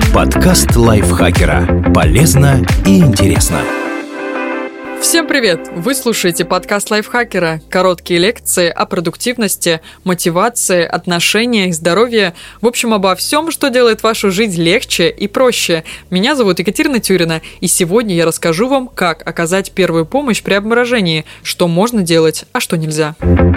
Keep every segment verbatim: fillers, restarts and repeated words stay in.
Подкаст лайфхакера. Полезно и интересно. Всем привет! Вы слушаете подкаст лайфхакера. Короткие лекции о продуктивности, мотивации, отношениях, здоровье. В общем, обо всем, что делает вашу жизнь легче и проще. Меня зовут Екатерина Тюрина, и сегодня я расскажу вам, как оказать первую помощь при обморожении, что можно делать, а что нельзя.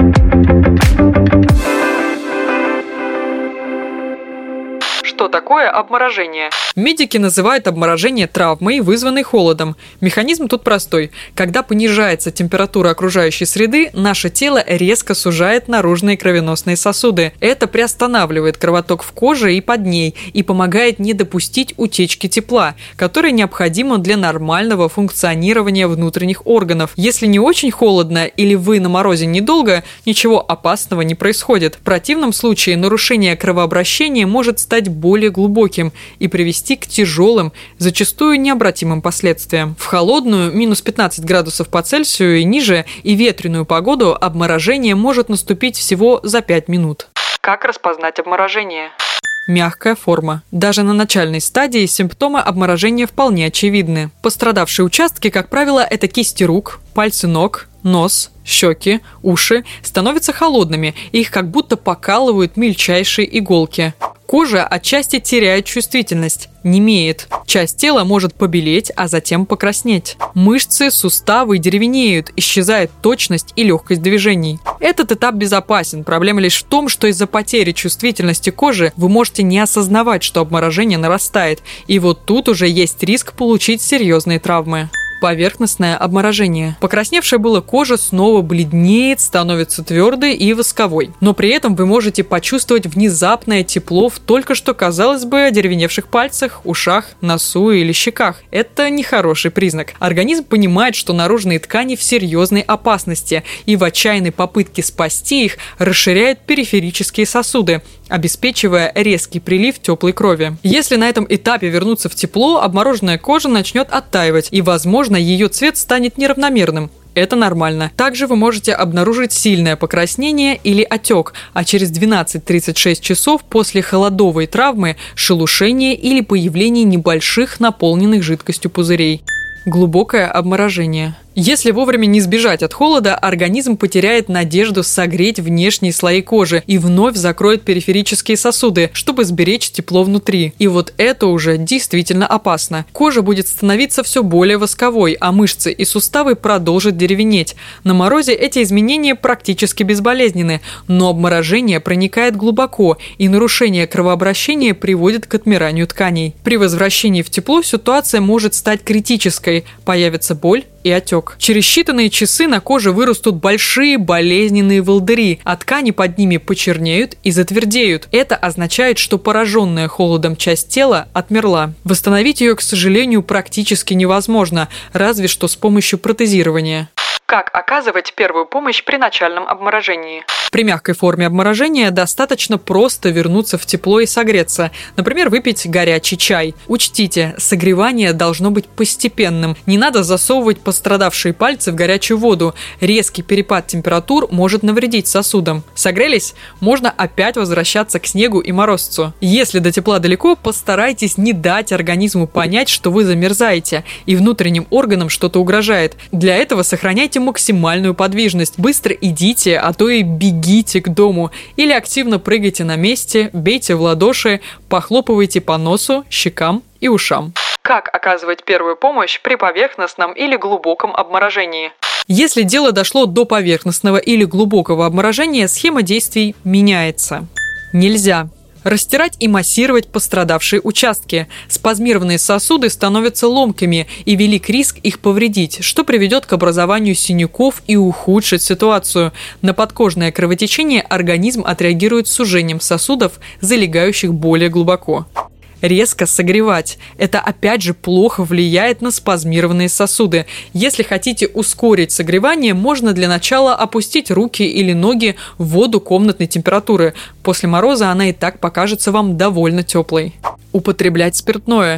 Что такое обморожение? Медики называют обморожение травмой, вызванной холодом. Механизм тут простой. Когда понижается температура окружающей среды, наше тело резко сужает наружные кровеносные сосуды. Это приостанавливает кровоток в коже и под ней и помогает не допустить утечки тепла, которое необходимо для нормального функционирования внутренних органов. Если не очень холодно или вы на морозе недолго, ничего опасного не происходит. В противном случае нарушение кровообращения может стать более глубоким и привести к тяжелым, зачастую необратимым последствиям. В холодную, минус пятнадцать градусов по Цельсию и ниже, и ветреную погоду обморожение может наступить всего за пять минут. Как распознать обморожение? Мягкая форма. Даже на начальной стадии симптомы обморожения вполне очевидны. Пострадавшие участки, как правило, это кисти рук, пальцы ног, нос, щеки, уши становятся холодными, и их как будто покалывают мельчайшие иголки. Кожа отчасти теряет чувствительность, немеет. Часть тела может побелеть, а затем покраснеть. Мышцы, суставы деревенеют, исчезает точность и легкость движений. Этот этап безопасен. Проблема лишь в том, что из-за потери чувствительности кожи вы можете не осознавать, что обморожение нарастает. И вот тут уже есть риск получить серьезные травмы. Поверхностное обморожение. Покрасневшая была кожа снова бледнеет, становится твердой и восковой. Но при этом вы можете почувствовать внезапное тепло в только что, казалось бы, одеревеневших пальцах, ушах, носу или щеках. Это нехороший признак. Организм понимает, что наружные ткани в серьезной опасности, и в отчаянной попытке спасти их расширяет периферические сосуды, обеспечивая резкий прилив теплой крови. Если на этом этапе вернуться в тепло, обмороженная кожа начнет оттаивать, и, возможно, ее цвет станет неравномерным. Это нормально. Также вы можете обнаружить сильное покраснение или отек, а через двенадцать-тридцать шесть часов после холодовой травмы шелушение или появление небольших наполненных жидкостью пузырей. Глубокое обморожение. Если вовремя не сбежать от холода, организм потеряет надежду согреть внешние слои кожи и вновь закроет периферические сосуды, чтобы сберечь тепло внутри. И вот это уже действительно опасно. Кожа будет становиться все более восковой, а мышцы и суставы продолжат деревенеть. На морозе эти изменения практически безболезненны, но обморожение проникает глубоко, и нарушение кровообращения приводит к отмиранию тканей. При возвращении в тепло ситуация может стать критической, появится боль и отек. Через считанные часы на коже вырастут большие болезненные волдыри, а ткани под ними почернеют и затвердеют. Это означает, что пораженная холодом часть тела отмерла. Восстановить ее, к сожалению, практически невозможно, разве что с помощью протезирования. Как оказывать первую помощь при начальном обморожении? При мягкой форме обморожения достаточно просто вернуться в тепло и согреться. Например, выпить горячий чай. Учтите, согревание должно быть постепенным. Не надо засовывать пострадавшие пальцы в горячую воду. Резкий перепад температур может навредить сосудам. Согрелись? Можно опять возвращаться к снегу и морозцу. Если до тепла далеко, постарайтесь не дать организму понять, что вы замерзаете, и внутренним органам что-то угрожает. Для этого сохраняйте максимальную подвижность. Быстро идите, а то и бегите к дому. Или активно прыгайте на месте, бейте в ладоши, похлопывайте по носу, щекам и ушам. Как оказывать первую помощь при поверхностном или глубоком обморожении? Если дело дошло до поверхностного или глубокого обморожения, схема действий меняется. Нельзя растирать и массировать пострадавшие участки. Спазмированные сосуды становятся ломкими, и велик риск их повредить, что приведет к образованию синяков и ухудшит ситуацию. На подкожное кровотечение организм отреагирует сужением сосудов, залегающих более глубоко. Резко согревать. Это опять же плохо влияет на спазмированные сосуды. Если хотите ускорить согревание, можно для начала опустить руки или ноги в воду комнатной температуры. После мороза она и так покажется вам довольно теплой. Употреблять спиртное.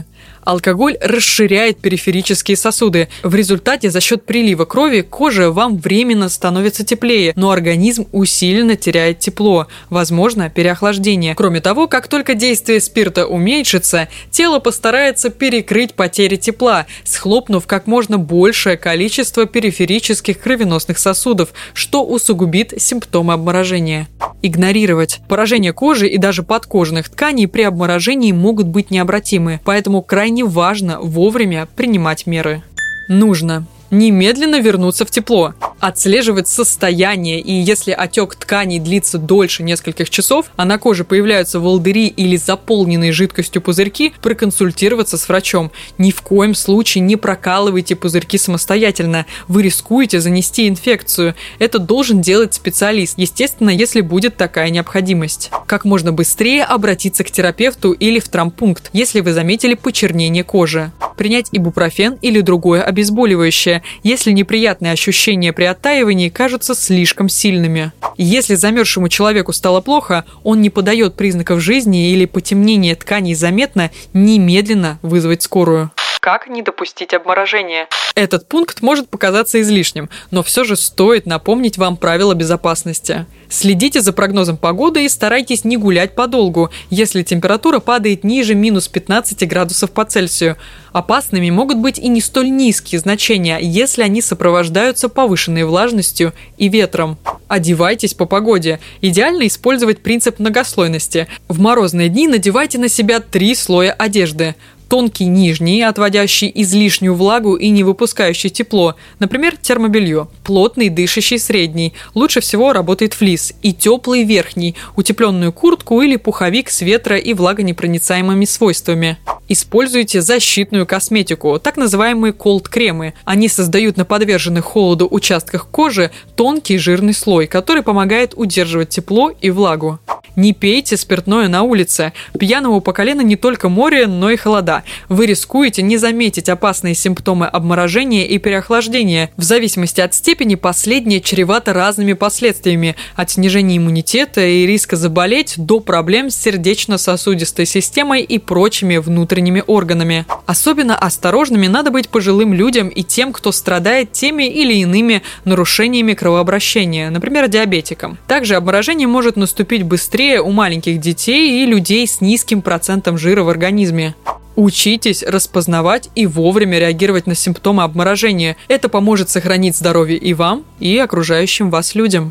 Алкоголь расширяет периферические сосуды. В результате за счет прилива крови кожа вам временно становится теплее, но организм усиленно теряет тепло, возможно, переохлаждение. Кроме того, как только действие спирта уменьшится, тело постарается перекрыть потери тепла, схлопнув как можно большее количество периферических кровеносных сосудов, что усугубит симптомы обморожения. Игнорировать. Поражение кожи и даже подкожных тканей при обморожении могут быть необратимы, поэтому крайне важно вовремя принимать меры. Нужно немедленно вернуться в тепло, отслеживать состояние, и если отек тканей длится дольше нескольких часов, а на коже появляются волдыри или заполненные жидкостью пузырьки, проконсультироваться с врачом. Ни в коем случае не прокалывайте пузырьки самостоятельно, вы рискуете занести инфекцию. Это должен делать специалист, естественно, если будет такая необходимость. Как можно быстрее обратиться к терапевту или в травмпункт, если вы заметили почернение кожи. Принять ибупрофен или другое обезболивающее, если неприятные ощущения при оттаивании кажутся слишком сильными. Если замерзшему человеку стало плохо, он не подает признаков жизни или потемнение тканей заметно, немедленно вызвать скорую. Как не допустить обморожения? Этот пункт может показаться излишним, но все же стоит напомнить вам правила безопасности. Следите за прогнозом погоды и старайтесь не гулять подолгу, если температура падает ниже минус пятнадцати градусов по Цельсию. Опасными могут быть и не столь низкие значения, если они сопровождаются повышенной влажностью и ветром. Одевайтесь по погоде. Идеально использовать принцип многослойности. В морозные дни надевайте на себя три слоя одежды. Тонкий нижний, отводящий излишнюю влагу и не выпускающий тепло, например, термобелье. Плотный, дышащий средний, лучше всего работает флис. И теплый верхний, утепленную куртку или пуховик с ветро- и влагонепроницаемыми свойствами. Используйте защитную косметику, так называемые колд-кремы. Они создают на подверженных холоду участках кожи тонкий жирный слой, который помогает удерживать тепло и влагу. Не пейте спиртное на улице. Пьяному по колено не только море, но и холода. Вы рискуете не заметить опасные симптомы обморожения и переохлаждения. В зависимости от степени последнее чревато разными последствиями, от снижения иммунитета и риска заболеть до проблем с сердечно-сосудистой системой и прочими внутренними органами. Особенно осторожными надо быть пожилым людям и тем, кто страдает теми или иными нарушениями кровообращения, например, диабетикам. Также обморожение может наступить быстрее у маленьких детей и людей с низким процентом жира в организме. Учитесь распознавать и вовремя реагировать на симптомы обморожения. Это поможет сохранить здоровье и вам, и окружающим вас людям.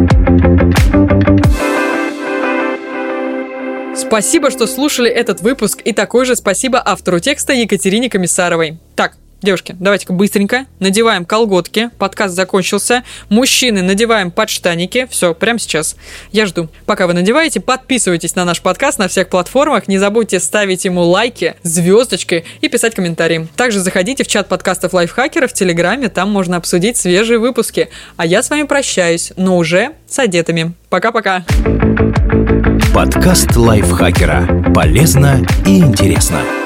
Спасибо, что слушали этот выпуск, и такое же спасибо автору текста Екатерине Комиссаровой. Так, девушки, давайте-ка быстренько надеваем колготки, подкаст закончился. Мужчины, надеваем подштаники. Все, прямо сейчас. Я жду. Пока вы надеваете, подписывайтесь на наш подкаст на всех платформах. Не забудьте ставить ему лайки, звездочки и писать комментарии. Также заходите в чат подкастов Лайфхакера в Телеграме, там можно обсудить свежие выпуски. А я с вами прощаюсь, но уже с одетыми. Пока-пока. Подкаст Лайфхакера. Полезно и интересно.